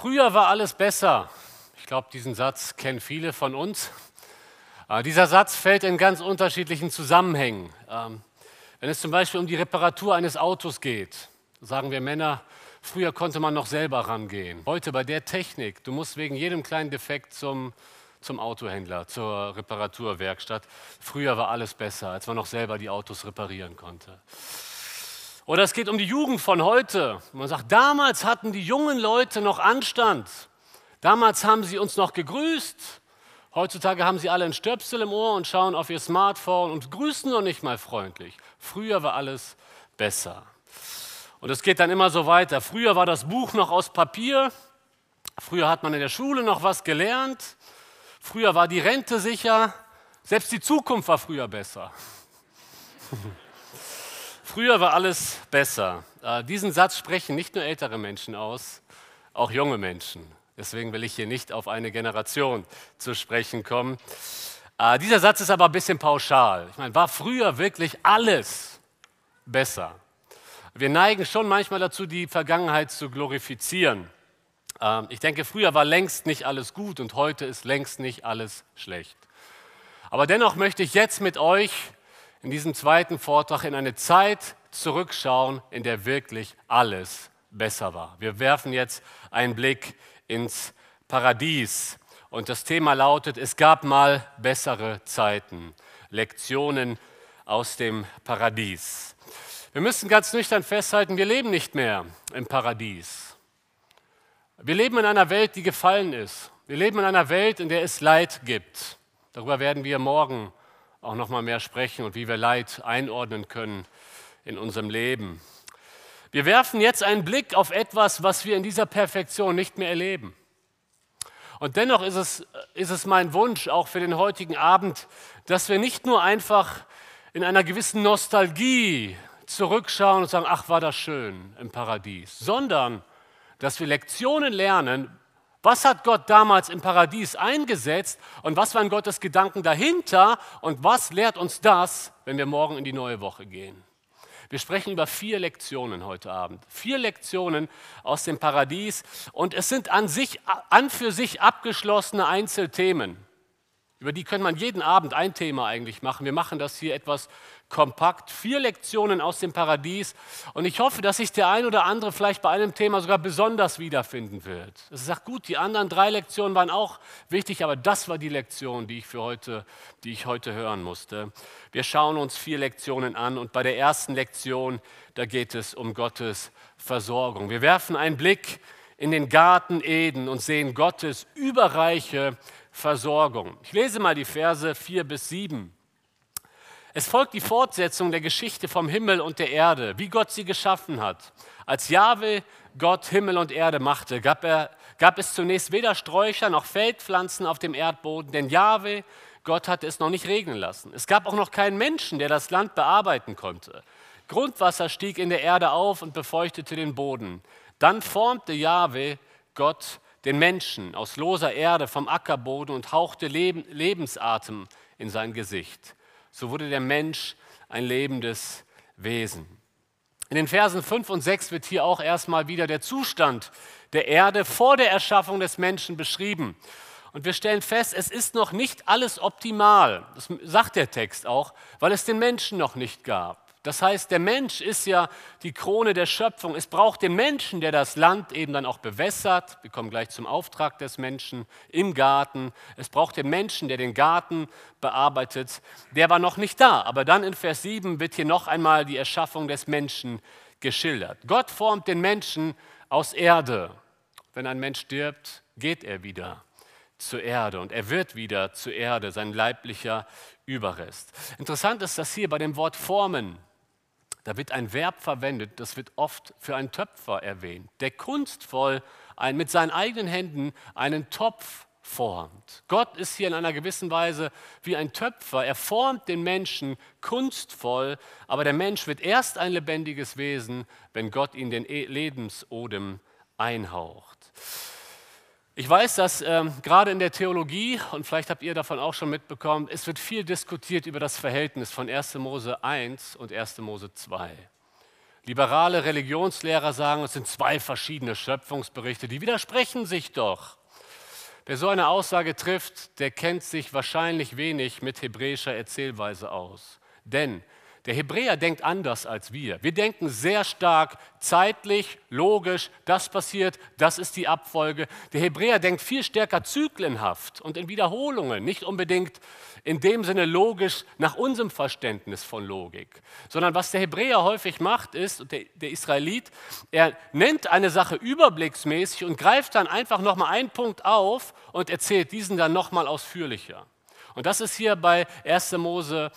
Früher war alles besser. Ich glaube, diesen Satz kennen viele von uns. Dieser Satz fällt in ganz unterschiedlichen Zusammenhängen. Wenn es zum Beispiel um die Reparatur eines Autos geht, sagen wir Männer, früher konnte man noch selber rangehen. Heute bei der Technik, du musst wegen jedem kleinen Defekt zum Autohändler, zur Reparaturwerkstatt. Früher war alles besser, als man noch selber die Autos reparieren konnte. Oder es geht um die Jugend von heute. Man sagt, damals hatten die jungen Leute noch Anstand. Damals haben sie uns noch gegrüßt. Heutzutage haben sie alle ein Stöpsel im Ohr und schauen auf ihr Smartphone und grüßen noch nicht mal freundlich. Früher war alles besser. Und es geht dann immer so weiter. Früher war das Buch noch aus Papier. Früher hat man in der Schule noch was gelernt. Früher war die Rente sicher. Selbst die Zukunft war früher besser. Früher war alles besser. Diesen Satz sprechen nicht nur ältere Menschen aus, auch junge Menschen. Deswegen will ich hier nicht auf eine Generation zu sprechen kommen. Dieser Satz ist aber ein bisschen pauschal. Ich meine, war früher wirklich alles besser? Wir neigen schon manchmal dazu, die Vergangenheit zu glorifizieren. Ich denke, früher war längst nicht alles gut und heute ist längst nicht alles schlecht. Aber dennoch möchte ich jetzt mit euch in diesem zweiten Vortrag in eine Zeit zurückschauen, in der wirklich alles besser war. Wir werfen jetzt einen Blick ins Paradies. Und das Thema lautet, es gab mal bessere Zeiten. Lektionen aus dem Paradies. Wir müssen ganz nüchtern festhalten, wir leben nicht mehr im Paradies. Wir leben in einer Welt, die gefallen ist. Wir leben in einer Welt, in der es Leid gibt. Darüber werden wir morgen auch noch mal mehr sprechen und wie wir Leid einordnen können in unserem Leben. Wir werfen jetzt einen Blick auf etwas, was wir in dieser Perfektion nicht mehr erleben. Und dennoch ist es mein Wunsch, auch für den heutigen Abend, dass wir nicht nur einfach in einer gewissen Nostalgie zurückschauen und sagen, ach, war das schön im Paradies, sondern dass wir Lektionen lernen, was hat Gott damals im Paradies eingesetzt und was waren Gottes Gedanken dahinter und was lehrt uns das, wenn wir morgen in die neue Woche gehen? Wir sprechen über 4 Lektionen heute Abend. 4 Lektionen aus dem Paradies und es sind an für sich abgeschlossene Einzelthemen. Über die kann man jeden Abend ein Thema eigentlich machen. Wir machen das hier etwas kompakt. 4 Lektionen aus dem Paradies. Und ich hoffe, dass sich der ein oder andere vielleicht bei einem Thema sogar besonders wiederfinden wird. Es sagt, gut, die anderen 3 Lektionen waren auch wichtig, aber das war die Lektion, die ich heute hören musste. Wir schauen uns 4 Lektionen an und bei der ersten Lektion, da geht es um Gottes Versorgung. Wir werfen einen Blick in den Garten Eden und sehen Gottes überreiche Versorgung. Ich lese mal die Verse 4 bis 7. Es folgt die Fortsetzung der Geschichte vom Himmel und der Erde, wie Gott sie geschaffen hat. Als Jahwe Gott Himmel und Erde machte, gab es zunächst weder Sträucher noch Feldpflanzen auf dem Erdboden, denn Jahwe Gott hatte es noch nicht regnen lassen. Es gab auch noch keinen Menschen, der das Land bearbeiten konnte. Grundwasser stieg in der Erde auf und befeuchtete den Boden. Dann formte Jahwe Gott den Menschen aus loser Erde vom Ackerboden und hauchte Lebensatem in sein Gesicht. So wurde der Mensch ein lebendes Wesen. In den Versen 5 und 6 wird hier auch erstmal wieder der Zustand der Erde vor der Erschaffung des Menschen beschrieben. Und wir stellen fest, es ist noch nicht alles optimal. Das sagt der Text auch, weil es den Menschen noch nicht gab. Das heißt, der Mensch ist ja die Krone der Schöpfung. Es braucht den Menschen, der das Land eben dann auch bewässert. Wir kommen gleich zum Auftrag des Menschen im Garten. Es braucht den Menschen, der den Garten bearbeitet. Der war noch nicht da. Aber dann in Vers 7 wird hier noch einmal die Erschaffung des Menschen geschildert. Gott formt den Menschen aus Erde. Wenn ein Mensch stirbt, geht er wieder zur Erde und er wird wieder zur Erde, sein leiblicher Überrest. Interessant ist, dass hier bei dem Wort formen, da wird ein Verb verwendet, das wird oft für einen Töpfer erwähnt, der kunstvoll mit seinen eigenen Händen einen Topf formt. Gott ist hier in einer gewissen Weise wie ein Töpfer. Er formt den Menschen kunstvoll, aber der Mensch wird erst ein lebendiges Wesen, wenn Gott ihn den Lebensodem einhaucht. Ich weiß, dass gerade in der Theologie, und vielleicht habt ihr davon auch schon mitbekommen, es wird viel diskutiert über das Verhältnis von 1. Mose 1 und 1. Mose 2. Liberale Religionslehrer sagen, es sind zwei verschiedene Schöpfungsberichte, die widersprechen sich doch. Wer so eine Aussage trifft, der kennt sich wahrscheinlich wenig mit hebräischer Erzählweise aus. Denn der Hebräer denkt anders als wir. Wir denken sehr stark zeitlich, logisch, das passiert, das ist die Abfolge. Der Hebräer denkt viel stärker zyklenhaft und in Wiederholungen, nicht unbedingt in dem Sinne logisch nach unserem Verständnis von Logik. Sondern was der Hebräer häufig macht ist, und der Israelit, er nennt eine Sache überblicksmäßig und greift dann einfach nochmal einen Punkt auf und erzählt diesen dann nochmal ausführlicher. Und das ist hier bei 1. Mose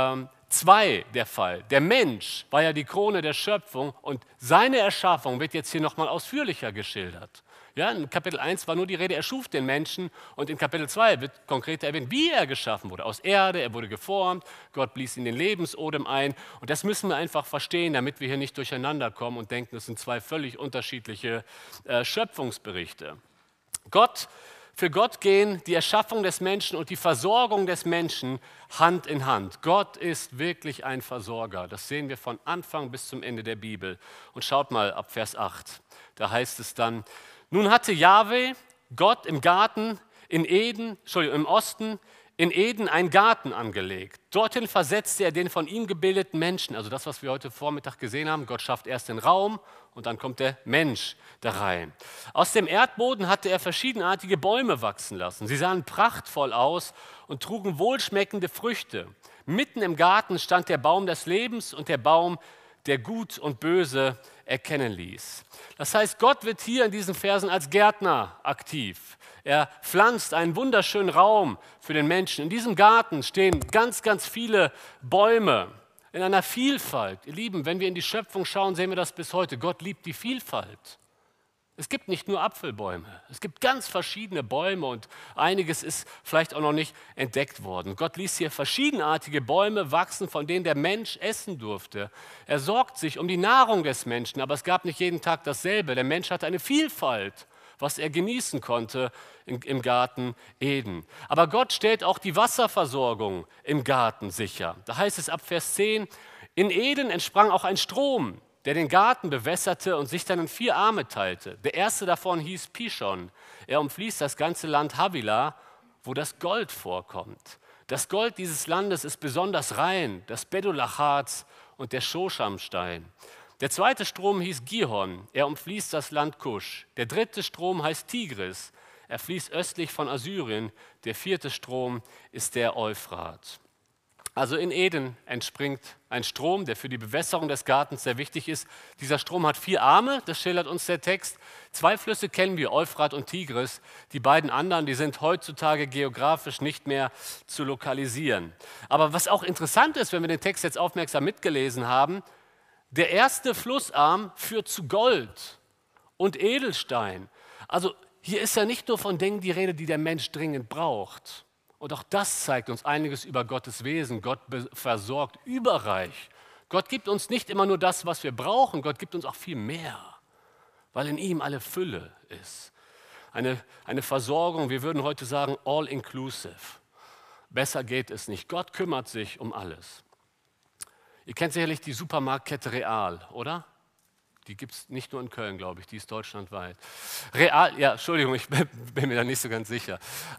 2 der Fall. Der Mensch war ja die Krone der Schöpfung und seine Erschaffung wird jetzt hier nochmal ausführlicher geschildert. Ja, in Kapitel 1 war nur die Rede, er schuf den Menschen und in Kapitel 2 wird konkret erwähnt, wie er geschaffen wurde. Aus Erde, er wurde geformt, Gott blies in den Lebensodem ein und das müssen wir einfach verstehen, damit wir hier nicht durcheinander kommen und denken, das sind zwei völlig unterschiedliche Schöpfungsberichte. Für Gott gehen die Erschaffung des Menschen und die Versorgung des Menschen Hand in Hand. Gott ist wirklich ein Versorger. Das sehen wir von Anfang bis zum Ende der Bibel. Und schaut mal ab Vers 8. Da heißt es dann, nun hatte Jahwe, Gott im Garten im Osten, in Eden einen Garten angelegt. Dorthin versetzte er den von ihm gebildeten Menschen, also das, was wir heute Vormittag gesehen haben. Gott schafft erst den Raum und dann kommt der Mensch da rein. Aus dem Erdboden hatte er verschiedenartige Bäume wachsen lassen. Sie sahen prachtvoll aus und trugen wohlschmeckende Früchte. Mitten im Garten stand der Baum des Lebens und der Baum, der Gut und Böse erkennen ließ. Das heißt, Gott wird hier in diesen Versen als Gärtner aktiv. Er pflanzt einen wunderschönen Raum für den Menschen. In diesem Garten stehen ganz, ganz viele Bäume in einer Vielfalt. Ihr Lieben, wenn wir in die Schöpfung schauen, sehen wir das bis heute. Gott liebt die Vielfalt. Es gibt nicht nur Apfelbäume, es gibt ganz verschiedene Bäume und einiges ist vielleicht auch noch nicht entdeckt worden. Gott ließ hier verschiedenartige Bäume wachsen, von denen der Mensch essen durfte. Er sorgt sich um die Nahrung des Menschen, aber es gab nicht jeden Tag dasselbe. Der Mensch hatte eine Vielfalt, was er genießen konnte im Garten Eden. Aber Gott stellt auch die Wasserversorgung im Garten sicher. Da heißt es ab Vers 10, in Eden entsprang auch ein Strom, der den Garten bewässerte und sich dann in 4 Arme teilte. Der erste davon hieß Pishon. Er umfließt das ganze Land Havila, wo das Gold vorkommt. Das Gold dieses Landes ist besonders rein, das Bedolachat und der Shosham-Stein. Der zweite Strom hieß Gihon. Er umfließt das Land Kusch. Der dritte Strom heißt Tigris. Er fließt östlich von Assyrien. Der vierte Strom ist der Euphrat. Also in Eden entspringt ein Strom, der für die Bewässerung des Gartens sehr wichtig ist. Dieser Strom hat 4 Arme, das schildert uns der Text. 2 Flüsse kennen wir, Euphrat und Tigris. Die beiden anderen, die sind heutzutage geografisch nicht mehr zu lokalisieren. Aber was auch interessant ist, wenn wir den Text jetzt aufmerksam mitgelesen haben, der erste Flussarm führt zu Gold und Edelstein. Also hier ist ja nicht nur von Dingen die Rede, die der Mensch dringend braucht. Und auch das zeigt uns einiges über Gottes Wesen. Gott versorgt überreich. Gott gibt uns nicht immer nur das, was wir brauchen, Gott gibt uns auch viel mehr, weil in ihm alle Fülle ist. Eine Versorgung, wir würden heute sagen, all-inclusive. Besser geht es nicht. Gott kümmert sich um alles. Ihr kennt sicherlich die Supermarktkette Real, oder? Die gibt es nicht nur in Köln, glaube ich, die ist deutschlandweit. Real, ja, Entschuldigung, ich bin mir da nicht so ganz sicher.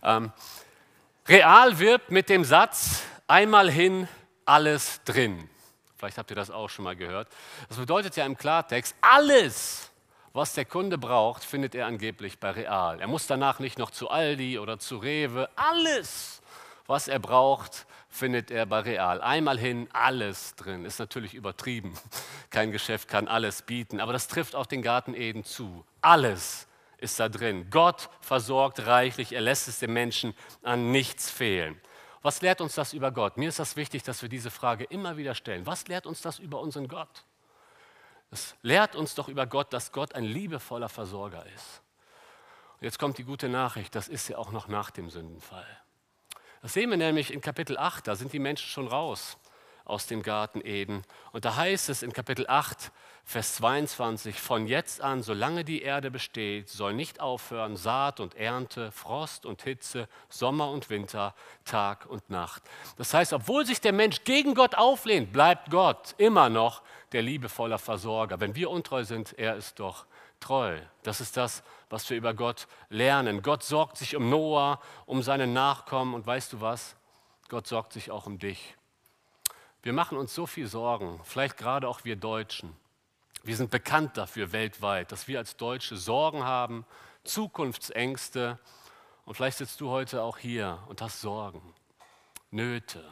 Real wirbt mit dem Satz, einmal hin, alles drin. Vielleicht habt ihr das auch schon mal gehört. Das bedeutet ja im Klartext, alles, was der Kunde braucht, findet er angeblich bei Real. Er muss danach nicht noch zu Aldi oder zu Rewe. Alles, was er braucht, findet er bei Real. Einmal hin, alles drin. Ist natürlich übertrieben. Kein Geschäft kann alles bieten, aber das trifft auch den Garten Eden zu. Alles ist da drin. Gott versorgt reichlich, er lässt es dem Menschen an nichts fehlen. Was lehrt uns das über Gott? Mir ist das wichtig, dass wir diese Frage immer wieder stellen. Was lehrt uns das über unseren Gott? Es lehrt uns doch über Gott, dass Gott ein liebevoller Versorger ist. Und jetzt kommt die gute Nachricht, das ist ja auch noch nach dem Sündenfall. Das sehen wir nämlich in Kapitel 8, da sind die Menschen schon raus aus dem Garten Eden. Und da heißt es in Kapitel 8, Vers 22, von jetzt an, solange die Erde besteht, soll nicht aufhören Saat und Ernte, Frost und Hitze, Sommer und Winter, Tag und Nacht. Das heißt, obwohl sich der Mensch gegen Gott auflehnt, bleibt Gott immer noch der liebevolle Versorger. Wenn wir untreu sind, er ist doch treu. Das ist das, was wir über Gott lernen. Gott sorgt sich um Noah, um seine Nachkommen und weißt du was? Gott sorgt sich auch um dich. Wir machen uns so viel Sorgen, vielleicht gerade auch wir Deutschen. Wir sind bekannt dafür weltweit, dass wir als Deutsche Sorgen haben, Zukunftsängste. Und vielleicht sitzt du heute auch hier und hast Sorgen, Nöte.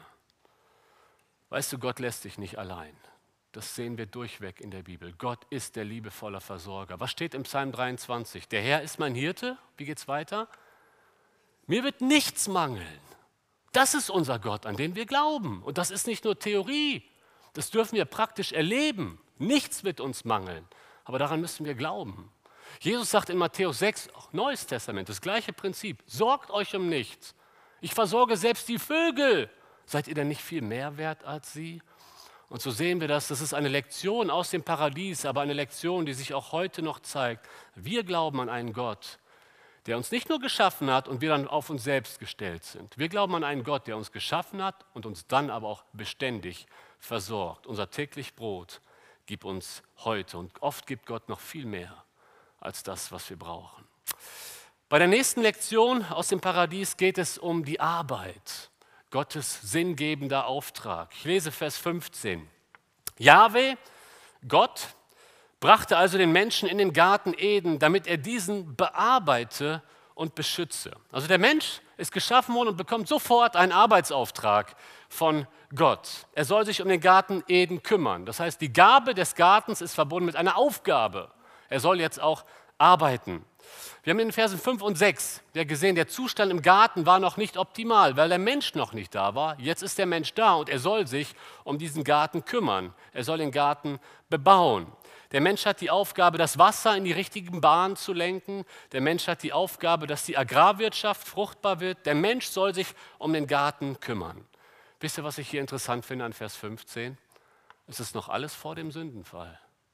Weißt du, Gott lässt dich nicht allein. Das sehen wir durchweg in der Bibel. Gott ist der liebevolle Versorger. Was steht im Psalm 23? Der Herr ist mein Hirte. Wie geht's weiter? Mir wird nichts mangeln. Das ist unser Gott, an den wir glauben. Und das ist nicht nur Theorie. Das dürfen wir praktisch erleben. Nichts wird uns mangeln, aber daran müssen wir glauben. Jesus sagt in Matthäus 6, auch Neues Testament, das gleiche Prinzip. Sorgt euch um nichts. Ich versorge selbst die Vögel. Seid ihr denn nicht viel mehr wert als sie? Und so sehen wir das. Das ist eine Lektion aus dem Paradies, aber eine Lektion, die sich auch heute noch zeigt. Wir glauben an einen Gott, der uns nicht nur geschaffen hat und wir dann auf uns selbst gestellt sind. Wir glauben an einen Gott, der uns geschaffen hat und uns dann aber auch beständig versorgt. Unser täglich Brot gib uns heute. Und oft gibt Gott noch viel mehr als das, was wir brauchen. Bei der nächsten Lektion aus dem Paradies geht es um die Arbeit. Gottes sinngebender Auftrag. Ich lese Vers 15. Jahwe, Gott, brachte also den Menschen in den Garten Eden, damit er diesen bearbeite und beschütze. Also der Mensch ist geschaffen worden und bekommt sofort einen Arbeitsauftrag von Gott. Er soll sich um den Garten Eden kümmern. Das heißt, die Gabe des Gartens ist verbunden mit einer Aufgabe. Er soll jetzt auch arbeiten. Wir haben in den Versen 5 und 6 gesehen, der Zustand im Garten war noch nicht optimal, weil der Mensch noch nicht da war. Jetzt ist der Mensch da und er soll sich um diesen Garten kümmern. Er soll den Garten bebauen. Der Mensch hat die Aufgabe, das Wasser in die richtigen Bahnen zu lenken. Der Mensch hat die Aufgabe, dass die Agrarwirtschaft fruchtbar wird. Der Mensch soll sich um den Garten kümmern. Wisst ihr, was ich hier interessant finde an Vers 15? Es ist noch alles vor dem Sündenfall.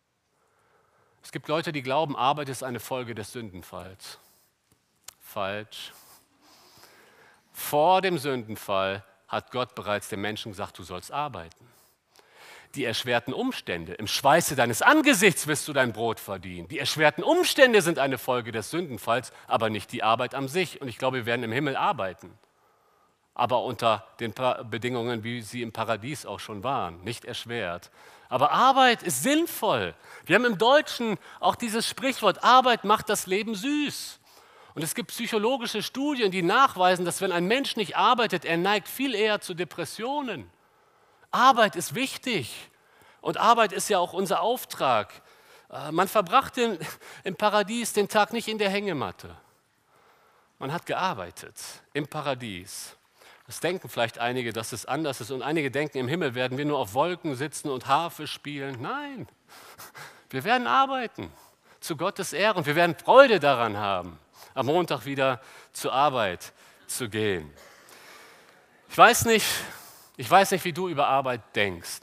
Es gibt Leute, die glauben, Arbeit ist eine Folge des Sündenfalls. Falsch. Vor dem Sündenfall hat Gott bereits dem Menschen gesagt, du sollst arbeiten. Die erschwerten Umstände, im Schweiße deines Angesichts wirst du dein Brot verdienen. Die erschwerten Umstände sind eine Folge des Sündenfalls, aber nicht die Arbeit an sich. Und ich glaube, wir werden im Himmel arbeiten. Aber unter den Bedingungen, wie sie im Paradies auch schon waren, nicht erschwert. Aber Arbeit ist sinnvoll. Wir haben im Deutschen auch dieses Sprichwort, Arbeit macht das Leben süß. Und es gibt psychologische Studien, die nachweisen, dass wenn ein Mensch nicht arbeitet, er neigt viel eher zu Depressionen. Arbeit ist wichtig und Arbeit ist ja auch unser Auftrag. Man verbrachte im Paradies den Tag nicht in der Hängematte. Man hat gearbeitet im Paradies. Das denken vielleicht einige, dass es anders ist und einige denken, im Himmel werden wir nur auf Wolken sitzen und Harfe spielen. Nein, wir werden arbeiten zu Gottes Ehre und wir werden Freude daran haben, am Montag wieder zur Arbeit zu gehen. Ich weiß nicht, wie du über Arbeit denkst.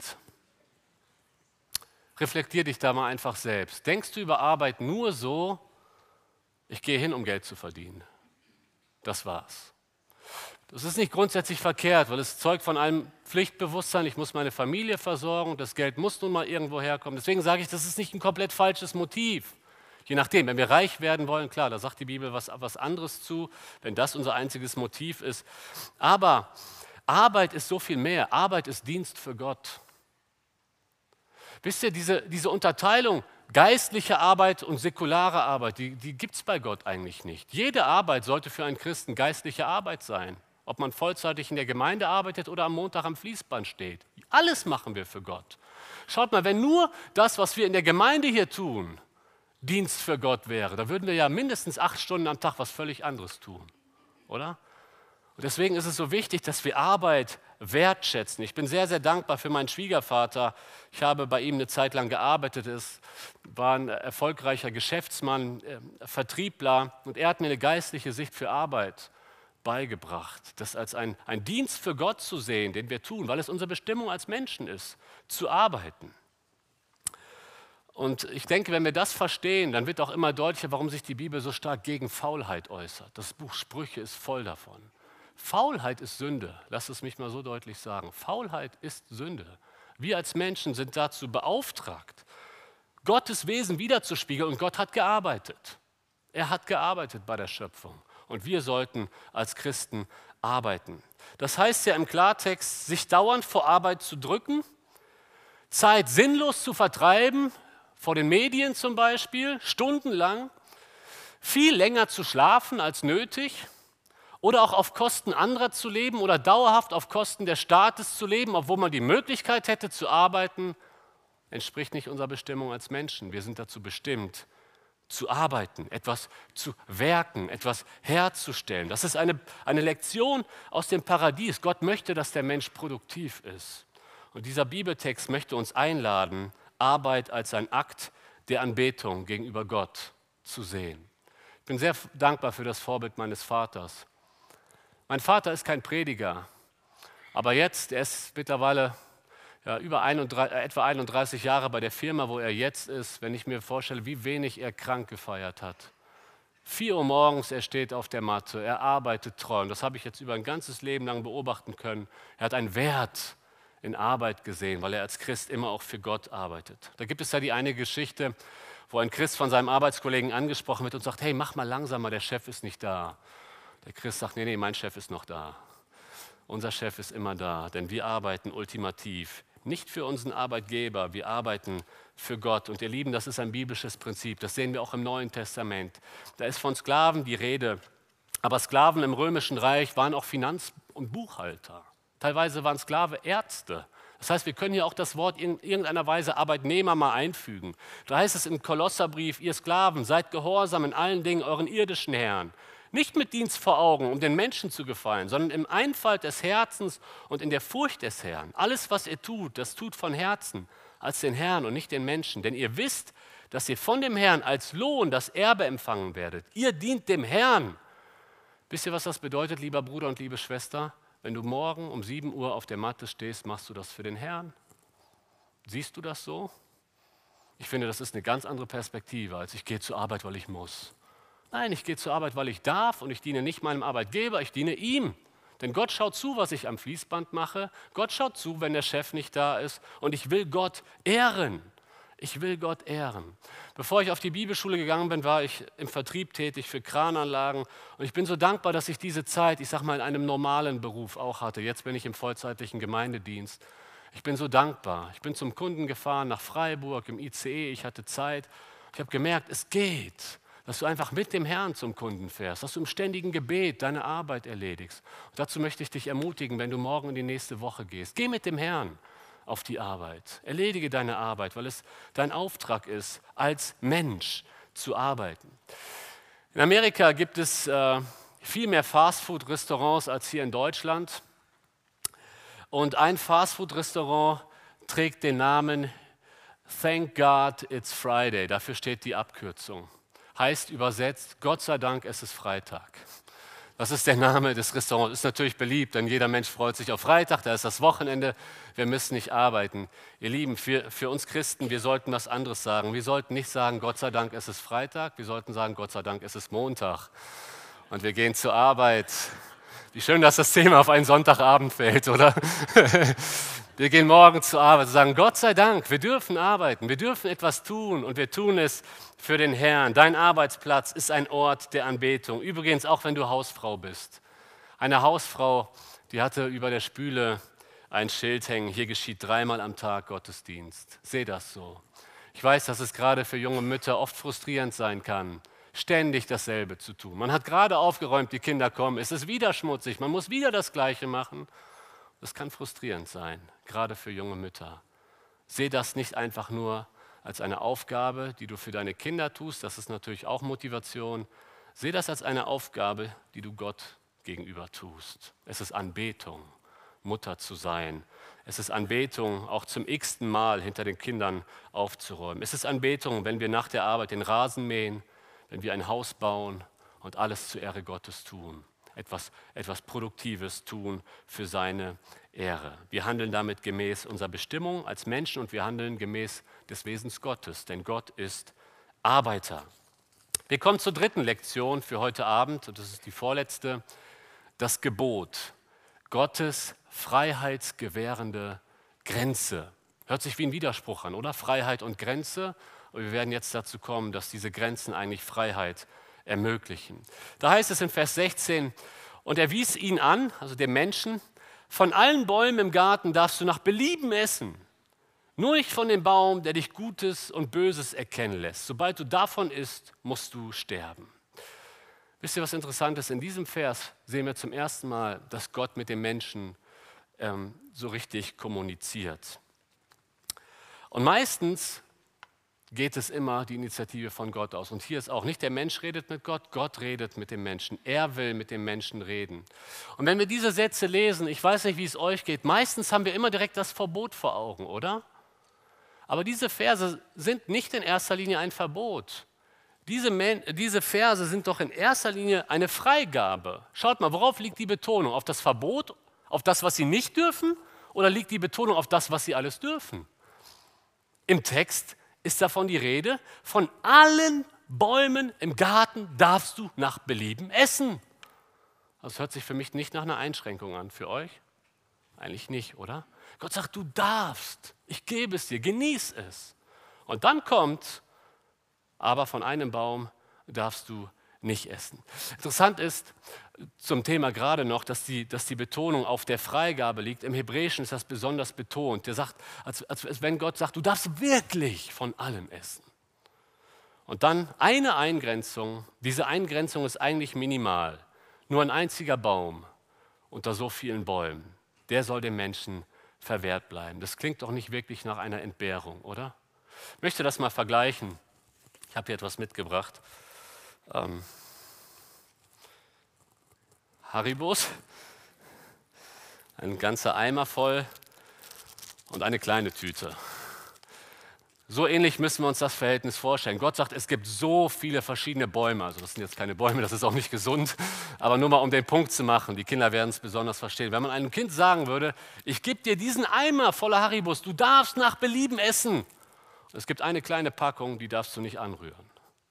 Reflektier dich da mal einfach selbst. Denkst du über Arbeit nur so, ich gehe hin, um Geld zu verdienen? Das war's. Das ist nicht grundsätzlich verkehrt, weil es zeugt von einem Pflichtbewusstsein, ich muss meine Familie versorgen, das Geld muss nun mal irgendwo herkommen. Deswegen sage ich, das ist nicht ein komplett falsches Motiv. Je nachdem, wenn wir reich werden wollen, klar, da sagt die Bibel was anderes zu, wenn das unser einziges Motiv ist. Aber Arbeit ist so viel mehr. Arbeit ist Dienst für Gott. Wisst ihr, diese Unterteilung, geistliche Arbeit und säkulare Arbeit, die gibt es bei Gott eigentlich nicht. Jede Arbeit sollte für einen Christen geistliche Arbeit sein. Ob man vollzeitig in der Gemeinde arbeitet oder am Montag am Fließband steht. Alles machen wir für Gott. Schaut mal, wenn nur das, was wir in der Gemeinde hier tun, Dienst für Gott wäre, dann würden wir ja mindestens 8 Stunden am Tag was völlig anderes tun, oder? Und deswegen ist es so wichtig, dass wir Arbeit wertschätzen. Ich bin sehr, sehr dankbar für meinen Schwiegervater. Ich habe bei ihm eine Zeit lang gearbeitet. Er war ein erfolgreicher Geschäftsmann, Vertriebler und er hat mir eine geistliche Sicht für Arbeit beigebracht, das als ein Dienst für Gott zu sehen, den wir tun, weil es unsere Bestimmung als Menschen ist, zu arbeiten. Und ich denke, wenn wir das verstehen, dann wird auch immer deutlicher, warum sich die Bibel so stark gegen Faulheit äußert. Das Buch Sprüche ist voll davon. Faulheit ist Sünde, lass es mich mal so deutlich sagen. Faulheit ist Sünde. Wir als Menschen sind dazu beauftragt, Gottes Wesen wiederzuspiegeln, und Gott hat gearbeitet. Er hat gearbeitet bei der Schöpfung und wir sollten als Christen arbeiten. Das heißt ja im Klartext, sich dauernd vor Arbeit zu drücken, Zeit sinnlos zu vertreiben, vor den Medien zum Beispiel, stundenlang, viel länger zu schlafen als nötig oder auch auf Kosten anderer zu leben oder dauerhaft auf Kosten des Staates zu leben, obwohl man die Möglichkeit hätte zu arbeiten, entspricht nicht unserer Bestimmung als Menschen. Wir sind dazu bestimmt, zu arbeiten, etwas zu werken, etwas herzustellen. Das ist eine Lektion aus dem Paradies. Gott möchte, dass der Mensch produktiv ist. Und dieser Bibeltext möchte uns einladen, Arbeit als ein Akt der Anbetung gegenüber Gott zu sehen. Ich bin sehr dankbar für das Vorbild meines Vaters. Mein Vater ist kein Prediger, aber jetzt, er ist mittlerweile etwa 31 Jahre bei der Firma, wo er jetzt ist, wenn ich mir vorstelle, wie wenig er krank gefeiert hat. 4 Uhr morgens, er steht auf der Matte, er arbeitet treu. Und das habe ich jetzt über ein ganzes Leben lang beobachten können. Er hat einen Wert in Arbeit gesehen, weil er als Christ immer auch für Gott arbeitet. Da gibt es ja die eine Geschichte, wo ein Christ von seinem Arbeitskollegen angesprochen wird und sagt, hey, mach mal langsamer, der Chef ist nicht da. Der Christ sagt, nee, mein Chef ist noch da. Unser Chef ist immer da, denn wir arbeiten ultimativ. Nicht für unseren Arbeitgeber, wir arbeiten für Gott. Und ihr Lieben, das ist ein biblisches Prinzip, das sehen wir auch im Neuen Testament. Da ist von Sklaven die Rede, aber Sklaven im Römischen Reich waren auch Finanz- und Buchhalter. Teilweise waren Sklave Ärzte. Das heißt, wir können hier auch das Wort in irgendeiner Weise Arbeitnehmer mal einfügen. Da heißt es im Kolosserbrief, ihr Sklaven, seid gehorsam in allen Dingen euren irdischen Herren. Nicht mit Dienst vor Augen, um den Menschen zu gefallen, sondern im Einfalt des Herzens und in der Furcht des Herrn. Alles, was ihr tut, das tut von Herzen als den Herrn und nicht den Menschen. Denn ihr wisst, dass ihr von dem Herrn als Lohn das Erbe empfangen werdet. Ihr dient dem Herrn. Wisst ihr, was das bedeutet, lieber Bruder und liebe Schwester? Wenn du morgen um 7 Uhr auf der Matte stehst, machst du das für den Herrn? Siehst du das so? Ich finde, das ist eine ganz andere Perspektive, als ich gehe zur Arbeit, weil ich muss. Nein, ich gehe zur Arbeit, weil ich darf, und ich diene nicht meinem Arbeitgeber, ich diene ihm. Denn Gott schaut zu, was ich am Fließband mache. Gott schaut zu, wenn der Chef nicht da ist. Und ich will Gott ehren. Ich will Gott ehren. Bevor ich auf die Bibelschule gegangen bin, war ich im Vertrieb tätig für Krananlagen. Und ich bin so dankbar, dass ich diese Zeit, ich sage mal, in einem normalen Beruf auch hatte. Jetzt bin ich im vollzeitlichen Gemeindedienst. Ich bin so dankbar. Ich bin zum Kunden gefahren nach Freiburg im ICE. Ich hatte Zeit. Ich habe gemerkt, es geht. Dass du einfach mit dem Herrn zum Kunden fährst, dass du im ständigen Gebet deine Arbeit erledigst. Und dazu möchte ich dich ermutigen, wenn du morgen in die nächste Woche gehst. Geh mit dem Herrn auf die Arbeit. Erledige deine Arbeit, weil es dein Auftrag ist, als Mensch zu arbeiten. In Amerika gibt es viel mehr Fastfood-Restaurants als hier in Deutschland. Und ein Fastfood-Restaurant trägt den Namen Thank God It's Friday. Dafür steht die Abkürzung. Heißt übersetzt, Gott sei Dank, es ist Freitag. Das ist der Name des Restaurants. Ist natürlich beliebt, denn jeder Mensch freut sich auf Freitag, da ist das Wochenende, wir müssen nicht arbeiten. Ihr Lieben, für uns Christen, wir sollten was anderes sagen. Wir sollten nicht sagen, Gott sei Dank, es ist Freitag, wir sollten sagen, Gott sei Dank, es ist Montag. Und wir gehen zur Arbeit. Wie schön, dass das Thema auf einen Sonntagabend fällt, oder? Wir gehen morgen zur Arbeit und sagen, Gott sei Dank, wir dürfen arbeiten, wir dürfen etwas tun und wir tun es für den Herrn. Dein Arbeitsplatz ist ein Ort der Anbetung. Übrigens, auch wenn du Hausfrau bist. Eine Hausfrau, die hatte über der Spüle ein Schild hängen, hier geschieht 3-mal am Tag Gottesdienst. Seh das so. Ich weiß, dass es gerade für junge Mütter oft frustrierend sein kann, ständig dasselbe zu tun. Man hat gerade aufgeräumt, die Kinder kommen, es ist wieder schmutzig, man muss wieder das Gleiche machen. Das kann frustrierend sein, gerade für junge Mütter. Seh das nicht einfach nur als eine Aufgabe, die du für deine Kinder tust, das ist natürlich auch Motivation. Seh das als eine Aufgabe, die du Gott gegenüber tust. Es ist Anbetung, Mutter zu sein. Es ist Anbetung, auch zum x-ten Mal hinter den Kindern aufzuräumen. Es ist Anbetung, wenn wir nach der Arbeit den Rasen mähen, wenn wir ein Haus bauen und alles zur Ehre Gottes tun. etwas Produktives tun für seine Ehre. Wir handeln damit gemäß unserer Bestimmung als Menschen und wir handeln gemäß des Wesens Gottes, denn Gott ist Arbeiter. Wir kommen zur dritten Lektion für heute Abend und das ist die vorletzte, das Gebot, Gottes freiheitsgewährende Grenze. Hört sich wie ein Widerspruch an, oder? Freiheit und Grenze. Und wir werden jetzt dazu kommen, dass diese Grenzen eigentlich Freiheit ermöglichen. Da heißt es in Vers 16, und er wies ihn an, also dem Menschen, von allen Bäumen im Garten darfst du nach Belieben essen, nur nicht von dem Baum, der dich Gutes und Böses erkennen lässt. Sobald du davon isst, musst du sterben. Wisst ihr, was interessant ist? In diesem Vers sehen wir zum ersten Mal, dass Gott mit dem Menschen so richtig kommuniziert. Und meistens geht es immer die Initiative von Gott aus. Und hier ist auch nicht der Mensch redet mit Gott, Gott redet mit dem Menschen. Er will mit dem Menschen reden. Und wenn wir diese Sätze lesen, ich weiß nicht, wie es euch geht, meistens haben wir immer direkt das Verbot vor Augen, oder? Aber diese Verse sind nicht in erster Linie ein Verbot. Diese Verse sind doch in erster Linie eine Freigabe. Schaut mal, worauf liegt die Betonung? Auf das Verbot, auf das, was sie nicht dürfen? Oder liegt die Betonung auf das, was sie alles dürfen? Im Text ist davon die Rede, von allen Bäumen im Garten darfst du nach Belieben essen. Das hört sich für mich nicht nach einer Einschränkung an. Für euch? Eigentlich nicht, oder? Gott sagt, du darfst, ich gebe es dir, genieß es. Und dann kommt, aber von einem Baum darfst du nicht essen. Interessant ist zum Thema gerade noch, dass die Betonung auf der Freigabe liegt. Im Hebräischen ist das besonders betont. Der sagt, als wenn Gott sagt, du darfst wirklich von allem essen. Und dann eine Eingrenzung. Diese Eingrenzung ist eigentlich minimal. Nur ein einziger Baum unter so vielen Bäumen, der soll dem Menschen verwehrt bleiben. Das klingt doch nicht wirklich nach einer Entbehrung, oder? Ich möchte das mal vergleichen. Ich habe hier etwas mitgebracht. Haribos, ein ganzer Eimer voll und eine kleine Tüte. So ähnlich müssen wir uns das Verhältnis vorstellen. Gott sagt, es gibt so viele verschiedene Bäume. Also das sind jetzt keine Bäume, das ist auch nicht gesund. Aber nur mal um den Punkt zu machen, die Kinder werden es besonders verstehen. Wenn man einem Kind sagen würde, ich gebe dir diesen Eimer voller Haribos, du darfst nach Belieben essen. Und es gibt eine kleine Packung, die darfst du nicht anrühren.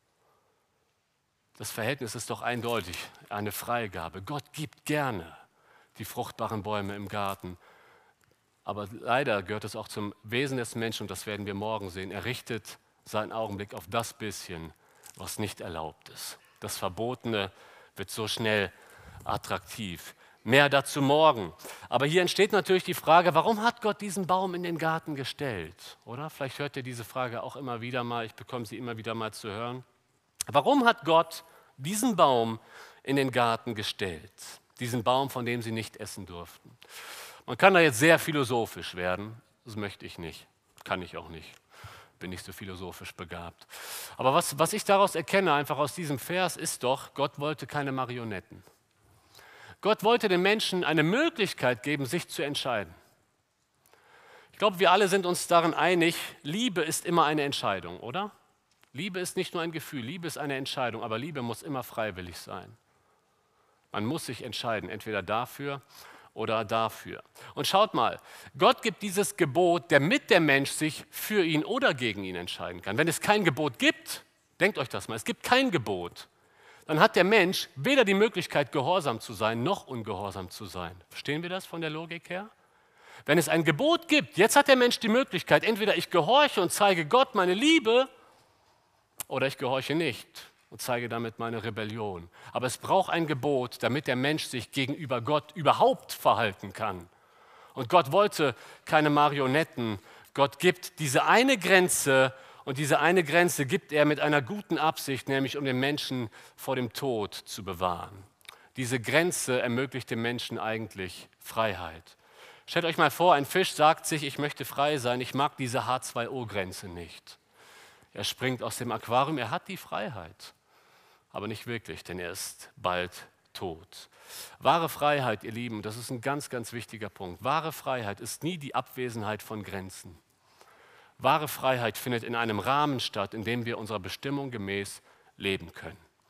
Das Verhältnis ist doch eindeutig, eine Freigabe. Gott gibt gerne die fruchtbaren Bäume im Garten. Aber leider gehört es auch zum Wesen des Menschen, und das werden wir morgen sehen. Er richtet seinen Augenblick auf das bisschen, was nicht erlaubt ist. Das Verbotene wird so schnell attraktiv. Mehr dazu morgen. Aber hier entsteht natürlich die Frage, warum hat Gott diesen Baum in den Garten gestellt? Oder? Vielleicht hört ihr diese Frage auch immer wieder mal, ich bekomme sie immer wieder mal zu hören. Warum hat Gott diesen Baum in den Garten gestellt? Diesen Baum, von dem sie nicht essen durften. Man kann da jetzt sehr philosophisch werden, das möchte ich nicht, kann ich auch nicht, bin nicht so philosophisch begabt. Aber was ich daraus erkenne, einfach aus diesem Vers, ist doch, Gott wollte keine Marionetten. Gott wollte den Menschen eine Möglichkeit geben, sich zu entscheiden. Ich glaube, wir alle sind uns darin einig, Liebe ist immer eine Entscheidung, oder? Liebe ist nicht nur ein Gefühl, Liebe ist eine Entscheidung, aber Liebe muss immer freiwillig sein. Man muss sich entscheiden, entweder dafür oder dafür. Und schaut mal, Gott gibt dieses Gebot, damit der Mensch sich für ihn oder gegen ihn entscheiden kann. Wenn es kein Gebot gibt, denkt euch das mal, es gibt kein Gebot, dann hat der Mensch weder die Möglichkeit, gehorsam zu sein, noch ungehorsam zu sein. Verstehen wir das von der Logik her? Wenn es ein Gebot gibt, jetzt hat der Mensch die Möglichkeit, entweder ich gehorche und zeige Gott meine Liebe, oder ich gehorche nicht und zeige damit meine Rebellion. Aber es braucht ein Gebot, damit der Mensch sich gegenüber Gott überhaupt verhalten kann. Und Gott wollte keine Marionetten. Gott gibt diese eine Grenze, und diese eine Grenze gibt er mit einer guten Absicht, nämlich um den Menschen vor dem Tod zu bewahren. Diese Grenze ermöglicht dem Menschen eigentlich Freiheit. Stellt euch mal vor, ein Fisch sagt sich, ich möchte frei sein, ich mag diese H2O-Grenze nicht. Er springt aus dem Aquarium, er hat die Freiheit, aber nicht wirklich, denn er ist bald tot. Wahre Freiheit, ihr Lieben, das ist ein ganz, ganz wichtiger Punkt. Wahre Freiheit ist nie die Abwesenheit von Grenzen. Wahre Freiheit findet in einem Rahmen statt, in dem wir unserer Bestimmung gemäß leben können.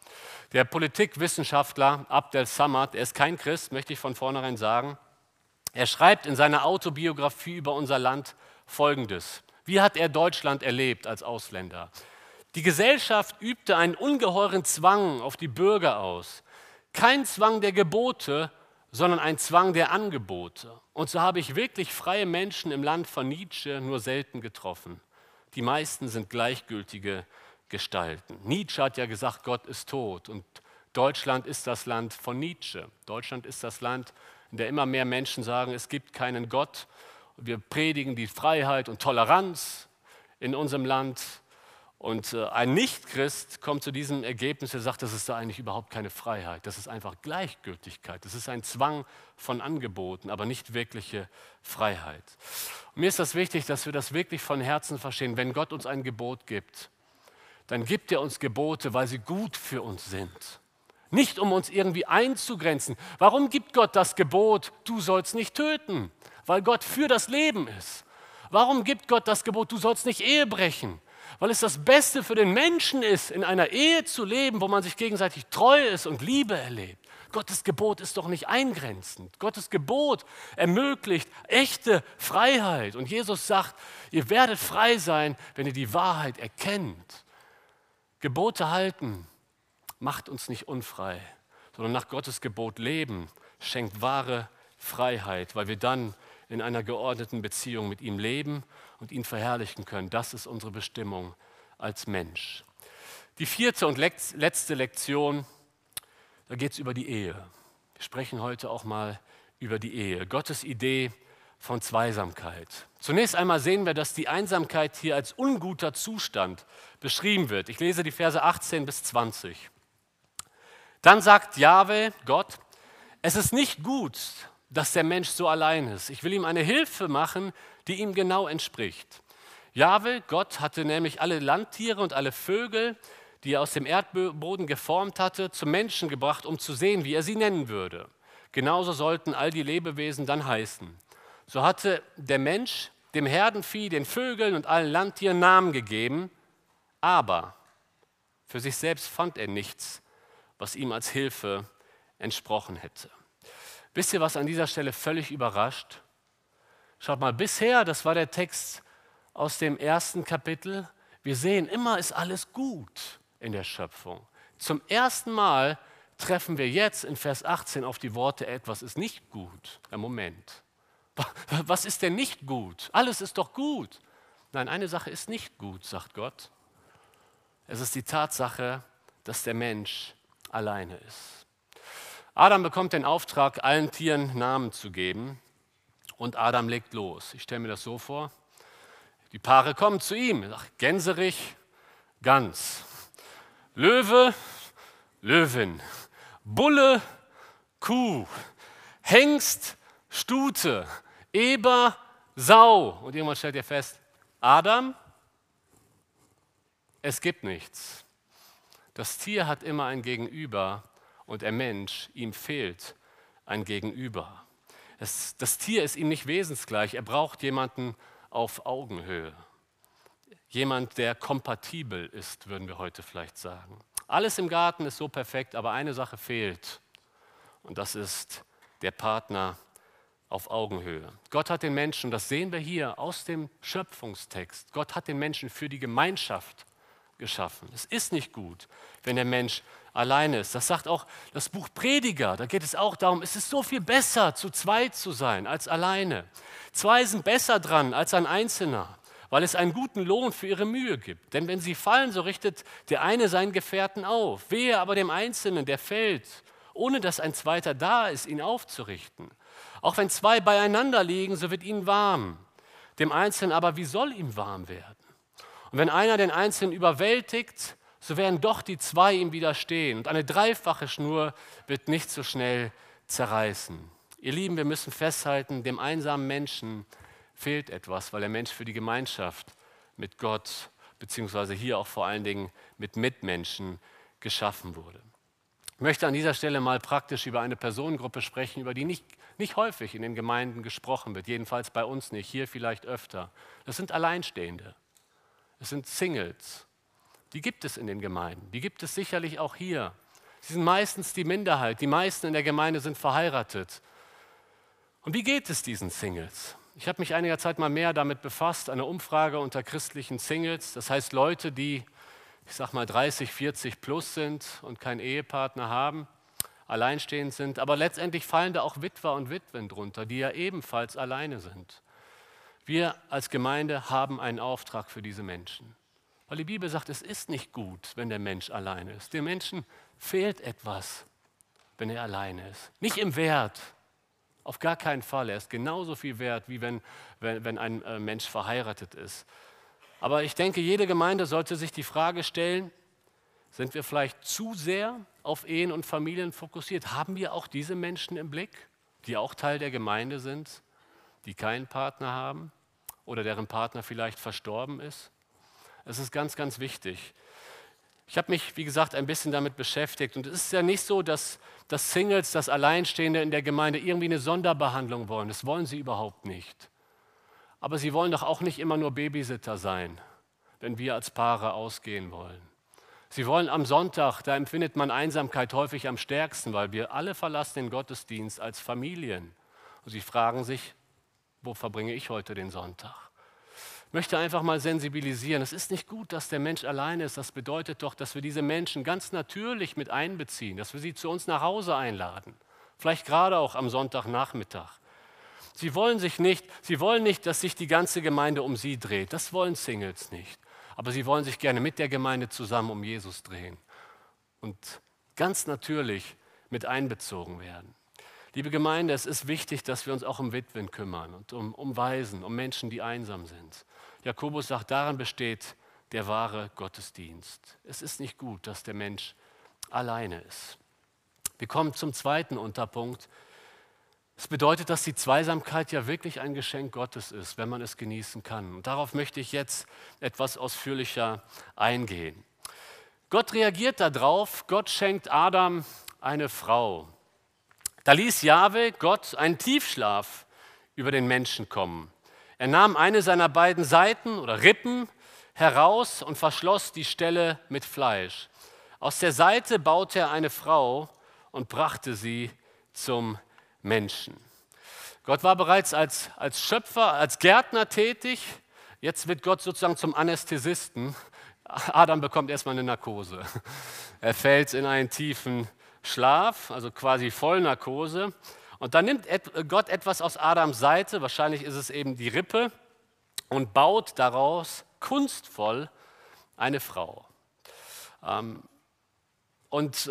Der Politikwissenschaftler Abdel Samad, er ist kein Christ, möchte ich von vornherein sagen, er schreibt in seiner Autobiografie über unser Land Folgendes. Wie hat er Deutschland erlebt als Ausländer? Die Gesellschaft übte einen ungeheuren Zwang auf die Bürger aus. Kein Zwang der Gebote, sondern ein Zwang der Angebote. Und so habe ich wirklich freie Menschen im Land von Nietzsche nur selten getroffen. Die meisten sind gleichgültige Gestalten. Nietzsche hat ja gesagt, Gott ist tot. Und Deutschland ist das Land von Nietzsche. Deutschland ist das Land, in dem immer mehr Menschen sagen, es gibt keinen Gott. Wir predigen die Freiheit und Toleranz in unserem Land. Und ein Nichtchrist kommt zu diesem Ergebnis, er sagt, das ist da eigentlich überhaupt keine Freiheit. Das ist einfach Gleichgültigkeit. Das ist ein Zwang von Angeboten, aber nicht wirkliche Freiheit. Und mir ist das wichtig, dass wir das wirklich von Herzen verstehen. Wenn Gott uns ein Gebot gibt, dann gibt er uns Gebote, weil sie gut für uns sind. Nicht um uns irgendwie einzugrenzen. Warum gibt Gott das Gebot, du sollst nicht töten? Weil Gott für das Leben ist. Warum gibt Gott das Gebot, du sollst nicht Ehe brechen? Weil es das Beste für den Menschen ist, in einer Ehe zu leben, wo man sich gegenseitig treu ist und Liebe erlebt. Gottes Gebot ist doch nicht eingrenzend. Gottes Gebot ermöglicht echte Freiheit. Und Jesus sagt, ihr werdet frei sein, wenn ihr die Wahrheit erkennt. Gebote halten macht uns nicht unfrei, sondern nach Gottes Gebot leben schenkt wahre Freiheit, weil wir dann in einer geordneten Beziehung mit ihm leben und ihn verherrlichen können. Das ist unsere Bestimmung als Mensch. Die vierte und letzte Lektion, da geht es über die Ehe. Wir sprechen heute auch mal über die Ehe. Gottes Idee von Zweisamkeit. Zunächst einmal sehen wir, dass die Einsamkeit hier als unguter Zustand beschrieben wird. Ich lese die Verse 18 bis 20. Dann sagt Jahwe, Gott, es ist nicht gut, dass der Mensch so allein ist. Ich will ihm eine Hilfe machen, die ihm genau entspricht. Jahwe, Gott, hatte nämlich alle Landtiere und alle Vögel, die er aus dem Erdboden geformt hatte, zum Menschen gebracht, um zu sehen, wie er sie nennen würde. Genauso sollten all die Lebewesen dann heißen. So hatte der Mensch dem Herdenvieh, den Vögeln und allen Landtieren Namen gegeben, aber für sich selbst fand er nichts, was ihm als Hilfe entsprochen hätte. Wisst ihr, was an dieser Stelle völlig überrascht? Schaut mal, bisher, das war der Text aus dem ersten Kapitel, wir sehen, immer ist alles gut in der Schöpfung. Zum ersten Mal treffen wir jetzt in Vers 18 auf die Worte, etwas ist nicht gut. Moment, was ist denn nicht gut? Alles ist doch gut. Nein, eine Sache ist nicht gut, sagt Gott. Es ist die Tatsache, dass der Mensch alleine ist. Adam bekommt den Auftrag, allen Tieren Namen zu geben und Adam legt los. Ich stelle mir das so vor, die Paare kommen zu ihm, Gänserich, Gans, Löwe, Löwin, Bulle, Kuh, Hengst, Stute, Eber, Sau. Und irgendwann stellt ihr fest, Adam, es gibt nichts. Das Tier hat immer ein Gegenüber und der Mensch, ihm fehlt ein Gegenüber. Das Tier ist ihm nicht wesensgleich, er braucht jemanden auf Augenhöhe. Jemand, der kompatibel ist, würden wir heute vielleicht sagen. Alles im Garten ist so perfekt, aber eine Sache fehlt und das ist der Partner auf Augenhöhe. Gott hat den Menschen, das sehen wir hier aus dem Schöpfungstext, Gott hat den Menschen für die Gemeinschaft geschaffen. Es ist nicht gut, wenn der Mensch alleine ist. Das sagt auch das Buch Prediger. Da geht es auch darum, es ist so viel besser, zu zweit zu sein als alleine. Zwei sind besser dran als ein Einzelner, weil es einen guten Lohn für ihre Mühe gibt. Denn wenn sie fallen, so richtet der eine seinen Gefährten auf. Wehe aber dem Einzelnen, der fällt, ohne dass ein Zweiter da ist, ihn aufzurichten. Auch wenn zwei beieinander liegen, so wird ihnen warm. Dem Einzelnen aber, wie soll ihm warm werden? Und wenn einer den Einzelnen überwältigt, so werden doch die zwei ihm widerstehen. Und eine dreifache Schnur wird nicht so schnell zerreißen. Ihr Lieben, wir müssen festhalten, dem einsamen Menschen fehlt etwas, weil der Mensch für die Gemeinschaft mit Gott, beziehungsweise hier auch vor allen Dingen mit Mitmenschen geschaffen wurde. Ich möchte an dieser Stelle mal praktisch über eine Personengruppe sprechen, über die nicht häufig in den Gemeinden gesprochen wird, jedenfalls bei uns nicht, hier vielleicht öfter. Das sind Alleinstehende, es sind Singles. Die gibt es in den Gemeinden, die gibt es sicherlich auch hier. Sie sind meistens die Minderheit. Die meisten in der Gemeinde sind verheiratet. Und wie geht es diesen Singles? Ich habe mich einiger Zeit mal mehr damit befasst, eine Umfrage unter christlichen Singles. Das heißt Leute, die, ich sag mal 30, 40 plus sind und keinen Ehepartner haben, alleinstehend sind. Aber letztendlich fallen da auch Witwer und Witwen drunter, die ja ebenfalls alleine sind. Wir als Gemeinde haben einen Auftrag für diese Menschen. Weil die Bibel sagt, es ist nicht gut, wenn der Mensch alleine ist. Dem Menschen fehlt etwas, wenn er alleine ist. Nicht im Wert, auf gar keinen Fall. Er ist genauso viel wert, wie wenn ein Mensch verheiratet ist. Aber ich denke, jede Gemeinde sollte sich die Frage stellen, sind wir vielleicht zu sehr auf Ehen und Familien fokussiert? Haben wir auch diese Menschen im Blick, die auch Teil der Gemeinde sind, die keinen Partner haben oder deren Partner vielleicht verstorben ist? Es ist ganz, ganz wichtig. Ich habe mich, wie gesagt, ein bisschen damit beschäftigt. Und es ist ja nicht so, dass Singles, dass Alleinstehende in der Gemeinde irgendwie eine Sonderbehandlung wollen. Das wollen sie überhaupt nicht. Aber sie wollen doch auch nicht immer nur Babysitter sein, wenn wir als Paare ausgehen wollen. Sie wollen am Sonntag, da empfindet man Einsamkeit häufig am stärksten, weil wir alle verlassen den Gottesdienst als Familien. Und sie fragen sich, wo verbringe ich heute den Sonntag? Ich möchte einfach mal sensibilisieren. Es ist nicht gut, dass der Mensch alleine ist. Das bedeutet doch, dass wir diese Menschen ganz natürlich mit einbeziehen, dass wir sie zu uns nach Hause einladen. Vielleicht gerade auch am Sonntagnachmittag. Sie wollen nicht, dass sich die ganze Gemeinde um sie dreht. Das wollen Singles nicht. Aber sie wollen sich gerne mit der Gemeinde zusammen um Jesus drehen und ganz natürlich mit einbezogen werden. Liebe Gemeinde, es ist wichtig, dass wir uns auch um Witwen kümmern und um Waisen, um Menschen, die einsam sind. Jakobus sagt, darin besteht der wahre Gottesdienst. Es ist nicht gut, dass der Mensch alleine ist. Wir kommen zum zweiten Unterpunkt. Es bedeutet, dass die Zweisamkeit ja wirklich ein Geschenk Gottes ist, wenn man es genießen kann. Und darauf möchte ich jetzt etwas ausführlicher eingehen. Gott reagiert darauf, Gott schenkt Adam eine Frau. Da ließ Jahwe, Gott, einen Tiefschlaf über den Menschen kommen. Er nahm eine seiner beiden Seiten oder Rippen heraus und verschloss die Stelle mit Fleisch. Aus der Seite baute er eine Frau und brachte sie zum Menschen. Gott war bereits als Schöpfer, als Gärtner tätig. Jetzt wird Gott sozusagen zum Anästhesisten. Adam bekommt erstmal eine Narkose. Er fällt in einen tiefen Schlaf, also quasi Vollnarkose. Und dann nimmt Gott etwas aus Adams Seite, wahrscheinlich ist es eben die Rippe, und baut daraus kunstvoll eine Frau. Und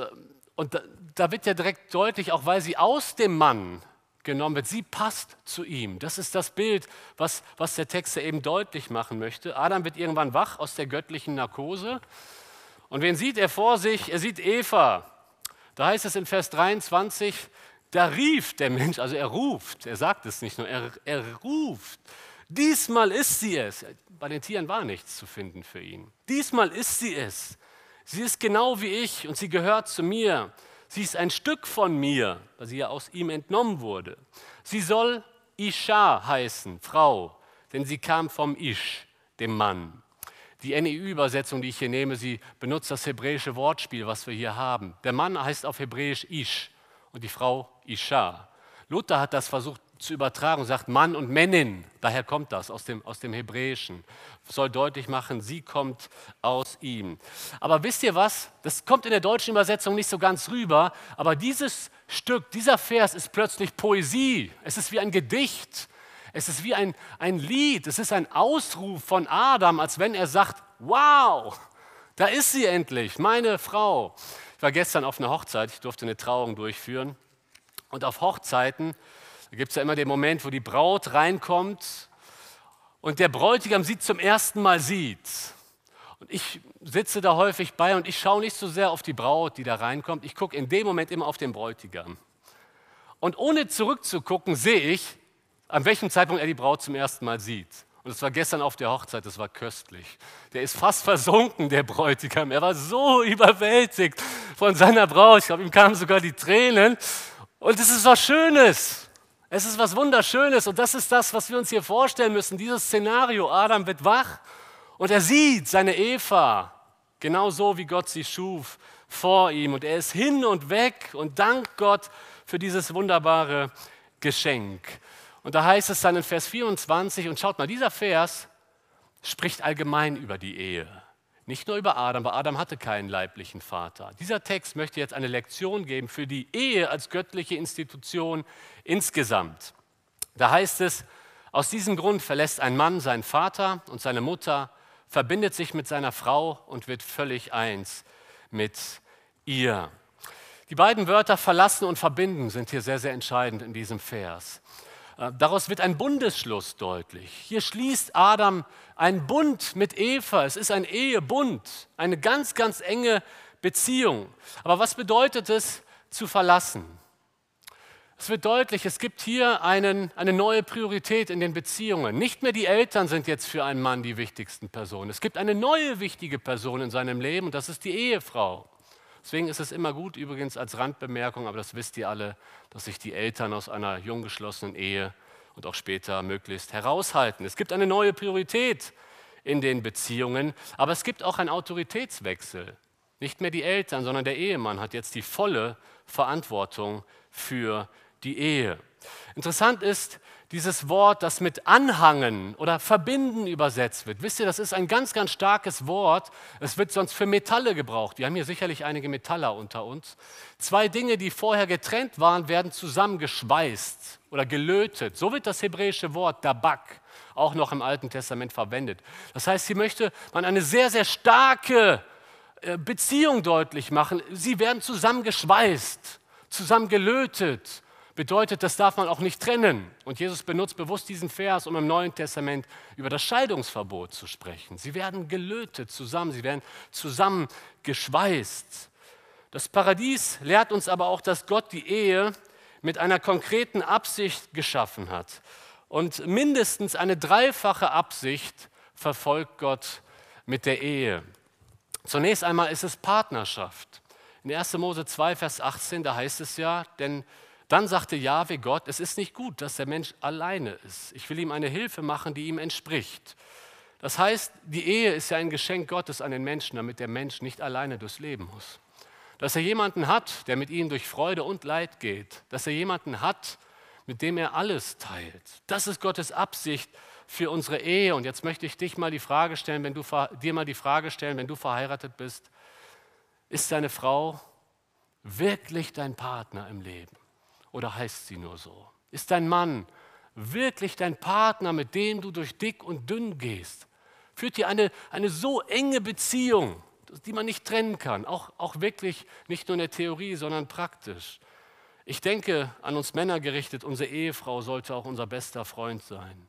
da wird ja direkt deutlich, auch weil sie aus dem Mann genommen wird, sie passt zu ihm. Das ist das Bild, was der Text ja eben deutlich machen möchte. Adam wird irgendwann wach aus der göttlichen Narkose. Und wen sieht er vor sich? Er sieht Eva. Da heißt es in Vers 23, da rief der Mensch, also er ruft, er sagt es nicht nur, er ruft. Diesmal ist sie es. Bei den Tieren war nichts zu finden für ihn. Diesmal ist sie es. Sie ist genau wie ich und sie gehört zu mir. Sie ist ein Stück von mir, weil sie ja aus ihm entnommen wurde. Sie soll Isha heißen, Frau, denn sie kam vom Ish, dem Mann. Die NEU-Übersetzung, die ich hier nehme, sie benutzt das hebräische Wortspiel, was wir hier haben. Der Mann heißt auf Hebräisch Ish und die Frau Isha. Luther hat das versucht zu übertragen und sagt Mann und Männin. Daher kommt das aus dem Hebräischen. Soll deutlich machen, sie kommt aus ihm. Aber wisst ihr was? Das kommt in der deutschen Übersetzung nicht so ganz rüber. Aber dieses Stück, dieser Vers ist plötzlich Poesie. Es ist wie ein Gedicht. Es ist wie ein Lied. Es ist ein Ausruf von Adam, als wenn er sagt, wow, da ist sie endlich, meine Frau. Ich war gestern auf einer Hochzeit, ich durfte eine Trauung durchführen. Und auf Hochzeiten gibt es ja immer den Moment, wo die Braut reinkommt und der Bräutigam sie zum ersten Mal sieht. Und ich sitze da häufig bei und ich schaue nicht so sehr auf die Braut, die da reinkommt. Ich gucke in dem Moment immer auf den Bräutigam. Und ohne zurückzugucken sehe ich, an welchem Zeitpunkt er die Braut zum ersten Mal sieht. Und es war gestern auf der Hochzeit, das war köstlich. Der ist fast versunken, der Bräutigam. Er war so überwältigt von seiner Braut. Ich glaube, ihm kamen sogar die Tränen. Und es ist was Schönes. Es ist was Wunderschönes. Und das ist das, was wir uns hier vorstellen müssen. Dieses Szenario, Adam wird wach und er sieht seine Eva, genauso wie Gott sie schuf, vor ihm und er ist hin und weg und dankt Gott für dieses wunderbare Geschenk. Und da heißt es dann in Vers 24, und schaut mal, dieser Vers spricht allgemein über die Ehe. Nicht nur über Adam, weil Adam hatte keinen leiblichen Vater. Dieser Text möchte jetzt eine Lektion geben für die Ehe als göttliche Institution insgesamt. Da heißt es, aus diesem Grund verlässt ein Mann seinen Vater und seine Mutter, verbindet sich mit seiner Frau und wird völlig eins mit ihr. Die beiden Wörter verlassen und verbinden sind hier sehr, sehr entscheidend in diesem Vers. Daraus wird ein Bundesschluss deutlich. Hier schließt Adam einen Bund mit Eva. Es ist ein Ehebund, eine ganz, ganz enge Beziehung. Aber was bedeutet es, zu verlassen? Es wird deutlich, es gibt hier eine neue Priorität in den Beziehungen. Nicht mehr die Eltern sind jetzt für einen Mann die wichtigsten Personen. Es gibt eine neue wichtige Person in seinem Leben und das ist die Ehefrau. Deswegen ist es immer gut, übrigens als Randbemerkung, aber das wisst ihr alle, dass sich die Eltern aus einer jung geschlossenen Ehe und auch später möglichst heraushalten. Es gibt eine neue Priorität in den Beziehungen, aber es gibt auch einen Autoritätswechsel. Nicht mehr die Eltern, sondern der Ehemann hat jetzt die volle Verantwortung für die Ehe. Interessant ist dieses Wort, das mit anhangen oder verbinden übersetzt wird. Wisst ihr, das ist ein ganz, ganz starkes Wort. Es wird sonst für Metalle gebraucht. Wir haben hier sicherlich einige Metaller unter uns. Zwei Dinge, die vorher getrennt waren, werden zusammengeschweißt oder gelötet. So wird das hebräische Wort Dabak auch noch im Alten Testament verwendet. Das heißt, hier möchte man eine sehr, sehr starke Beziehung deutlich machen. Sie werden zusammengeschweißt, zusammengelötet. Bedeutet, das darf man auch nicht trennen. Und Jesus benutzt bewusst diesen Vers, um im Neuen Testament über das Scheidungsverbot zu sprechen. Sie werden gelötet zusammen, sie werden zusammengeschweißt. Das Paradies lehrt uns aber auch, dass Gott die Ehe mit einer konkreten Absicht geschaffen hat. Und mindestens eine dreifache Absicht verfolgt Gott mit der Ehe. Zunächst einmal ist es Partnerschaft. In 1. Mose 2, Vers 18, da heißt es ja, denn dann sagte Jahwe Gott, es ist nicht gut, dass der Mensch alleine ist. Ich will ihm eine Hilfe machen, die ihm entspricht. Das heißt, die Ehe ist ja ein Geschenk Gottes an den Menschen, damit der Mensch nicht alleine durchs Leben muss. Dass er jemanden hat, der mit ihm durch Freude und Leid geht. Dass er jemanden hat, mit dem er alles teilt. Das ist Gottes Absicht für unsere Ehe. Und jetzt möchte ich dir mal die Frage stellen, wenn du verheiratet bist, ist deine Frau wirklich dein Partner im Leben? Oder heißt sie nur so? Ist dein Mann wirklich dein Partner, mit dem du durch dick und dünn gehst? Führt ihr eine so enge Beziehung, die man nicht trennen kann? Auch wirklich nicht nur in der Theorie, sondern praktisch. Ich denke, an uns Männer gerichtet, unsere Ehefrau sollte auch unser bester Freund sein.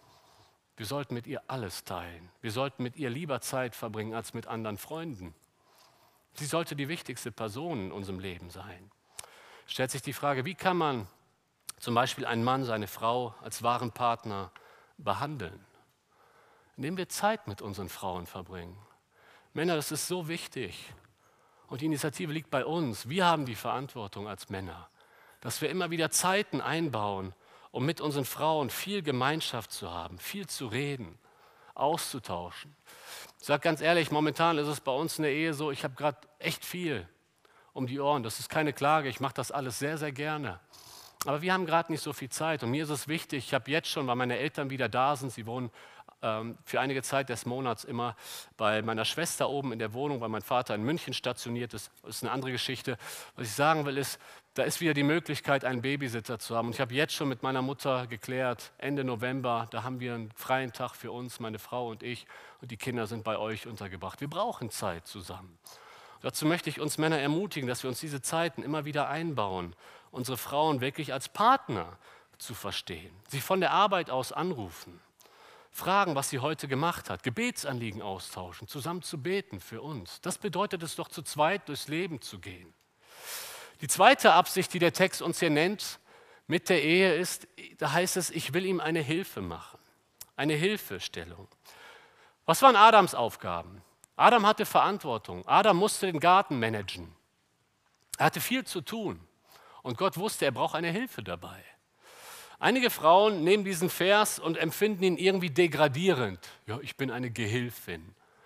Wir sollten mit ihr alles teilen. Wir sollten mit ihr lieber Zeit verbringen als mit anderen Freunden. Sie sollte die wichtigste Person in unserem Leben sein. Stellt sich die Frage, wie kann man zum Beispiel einen Mann, seine Frau als wahren Partner behandeln? Indem wir Zeit mit unseren Frauen verbringen. Männer, das ist so wichtig. Und die Initiative liegt bei uns. Wir haben die Verantwortung als Männer, dass wir immer wieder Zeiten einbauen, um mit unseren Frauen viel Gemeinschaft zu haben, viel zu reden, auszutauschen. Ich sage ganz ehrlich, momentan ist es bei uns in der Ehe so, ich habe gerade echt viel um die Ohren. Das ist keine Klage, ich mache das alles sehr, sehr gerne. Aber wir haben gerade nicht so viel Zeit und mir ist es wichtig, ich habe jetzt schon, weil meine Eltern wieder da sind, sie wohnen für einige Zeit des Monats immer bei meiner Schwester oben in der Wohnung, weil mein Vater in München stationiert ist. Das ist eine andere Geschichte. Was ich sagen will ist, da ist wieder die Möglichkeit, einen Babysitter zu haben. Und ich habe jetzt schon mit meiner Mutter geklärt, Ende November, da haben wir einen freien Tag für uns, meine Frau und ich, und die Kinder sind bei euch untergebracht. Wir brauchen Zeit zusammen. Dazu möchte ich uns Männer ermutigen, dass wir uns diese Zeiten immer wieder einbauen, unsere Frauen wirklich als Partner zu verstehen, sie von der Arbeit aus anrufen, fragen, was sie heute gemacht hat, Gebetsanliegen austauschen, zusammen zu beten für uns. Das bedeutet es doch, zu zweit durchs Leben zu gehen. Die zweite Absicht, die der Text uns hier nennt, mit der Ehe ist, da heißt es, ich will ihm eine Hilfe machen, eine Hilfestellung. Was waren Adams Aufgaben? Adam hatte Verantwortung. Adam musste den Garten managen. Er hatte viel zu tun. Und Gott wusste, er braucht eine Hilfe dabei. Einige Frauen nehmen diesen Vers und empfinden ihn irgendwie degradierend. Ja, ich bin eine Gehilfin.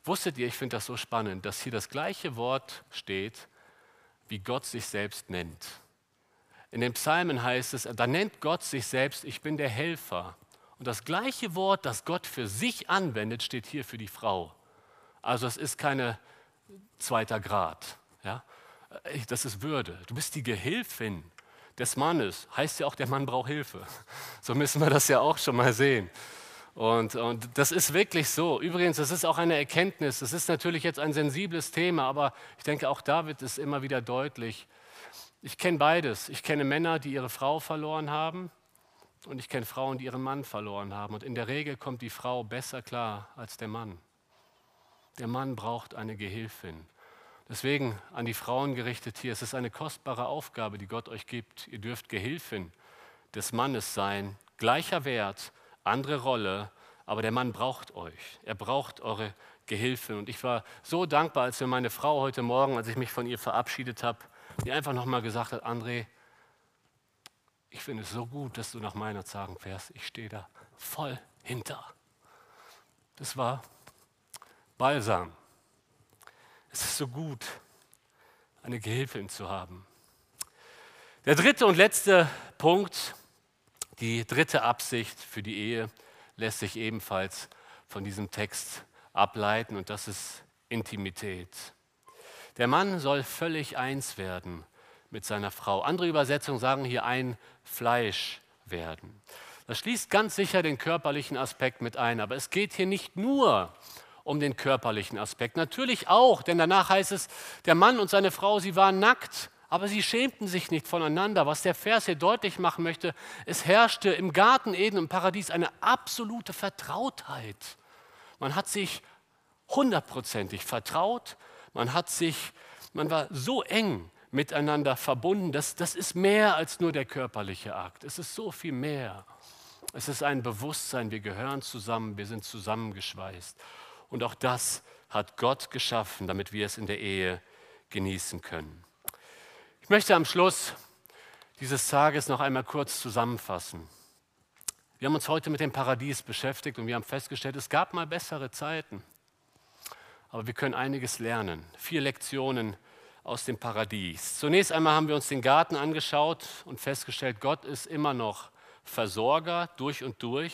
Wusstet ihr, ich finde das so spannend, dass hier das gleiche Wort steht, wie Gott sich selbst nennt. In den Psalmen heißt es, da nennt Gott sich selbst, ich bin der Helfer. Und das gleiche Wort, das Gott für sich anwendet, steht hier für die Frau. Also es ist keine zweiter Grad. Ja? Das ist Würde. Du bist die Gehilfin des Mannes. Heißt ja auch, der Mann braucht Hilfe. So müssen wir das ja auch schon mal sehen. Und das ist wirklich so. Übrigens, das ist auch eine Erkenntnis. Das ist natürlich jetzt ein sensibles Thema, aber ich denke, auch da wird es immer wieder deutlich. Ich kenne beides. Ich kenne Männer, die ihre Frau verloren haben, und ich kenne Frauen, die ihren Mann verloren haben. Und in der Regel kommt die Frau besser klar als der Mann. Der Mann braucht eine Gehilfin. Deswegen an die Frauen gerichtet hier, es ist eine kostbare Aufgabe, die Gott euch gibt. Ihr dürft Gehilfin des Mannes sein, gleicher Wert, andere Rolle, aber der Mann braucht euch. Er braucht eure Gehilfin. Und ich war so dankbar, als mir meine Frau heute Morgen, als ich mich von ihr verabschiedet habe, die einfach nochmal gesagt hat, André, ich finde es so gut, dass du nach meiner Zagen fährst. Ich stehe da voll hinter. Das war Balsam. Es ist so gut, eine Gehilfin zu haben. Der dritte und letzte Punkt, die dritte Absicht für die Ehe, lässt sich ebenfalls von diesem Text ableiten, und das ist Intimität. Der Mann soll völlig eins werden mit seiner Frau. Andere Übersetzungen sagen hier ein Fleisch werden. Das schließt ganz sicher den körperlichen Aspekt mit ein, aber es geht hier nicht nur um den körperlichen Aspekt. Natürlich auch, denn danach heißt es, der Mann und seine Frau, sie waren nackt, aber sie schämten sich nicht voneinander. Was der Vers hier deutlich machen möchte, es herrschte im Garten Eden, im Paradies, eine absolute Vertrautheit. Man hat sich hundertprozentig vertraut, man war so eng miteinander verbunden, das ist mehr als nur der körperliche Akt. Es ist so viel mehr. Es ist ein Bewusstsein, wir gehören zusammen, wir sind zusammengeschweißt. Und auch das hat Gott geschaffen, damit wir es in der Ehe genießen können. Ich möchte am Schluss dieses Tages noch einmal kurz zusammenfassen. Wir haben uns heute mit dem Paradies beschäftigt und wir haben festgestellt, es gab mal bessere Zeiten. Aber wir können einiges lernen. 4 Lektionen aus dem Paradies. Zunächst einmal haben wir uns den Garten angeschaut und festgestellt, Gott ist immer noch Versorger durch und durch.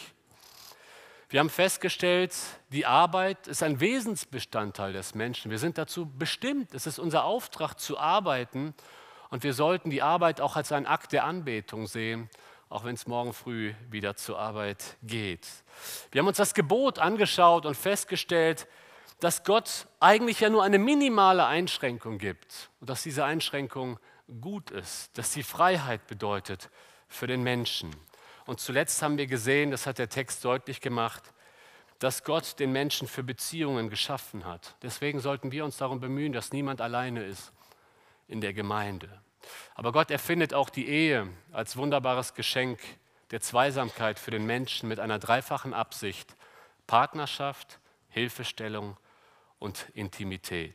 Wir haben festgestellt, die Arbeit ist ein Wesensbestandteil des Menschen. Wir sind dazu bestimmt, es ist unser Auftrag zu arbeiten, und wir sollten die Arbeit auch als einen Akt der Anbetung sehen, auch wenn es morgen früh wieder zur Arbeit geht. Wir haben uns das Gebot angeschaut und festgestellt, dass Gott eigentlich ja nur eine minimale Einschränkung gibt und dass diese Einschränkung gut ist, dass sie Freiheit bedeutet für den Menschen. Und zuletzt haben wir gesehen, das hat der Text deutlich gemacht, dass Gott den Menschen für Beziehungen geschaffen hat. Deswegen sollten wir uns darum bemühen, dass niemand alleine ist in der Gemeinde. Aber Gott erfindet auch die Ehe als wunderbares Geschenk der Zweisamkeit für den Menschen mit einer dreifachen Absicht: Partnerschaft, Hilfestellung und Intimität.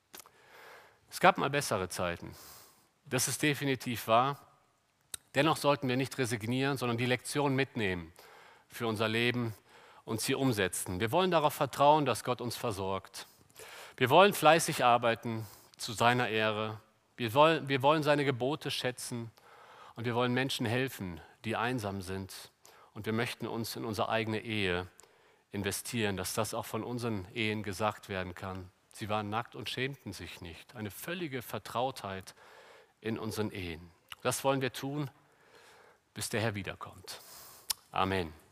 Es gab mal bessere Zeiten. Das ist definitiv wahr. Dennoch sollten wir nicht resignieren, sondern die Lektion mitnehmen für unser Leben und sie umsetzen. Wir wollen darauf vertrauen, dass Gott uns versorgt. Wir wollen fleißig arbeiten zu seiner Ehre. Wir wollen seine Gebote schätzen und wir wollen Menschen helfen, die einsam sind. Und wir möchten uns in unsere eigene Ehe investieren, dass das auch von unseren Ehen gesagt werden kann. Sie waren nackt und schämten sich nicht. Eine völlige Vertrautheit in unseren Ehen. Das wollen wir tun, bis der Herr wiederkommt. Amen.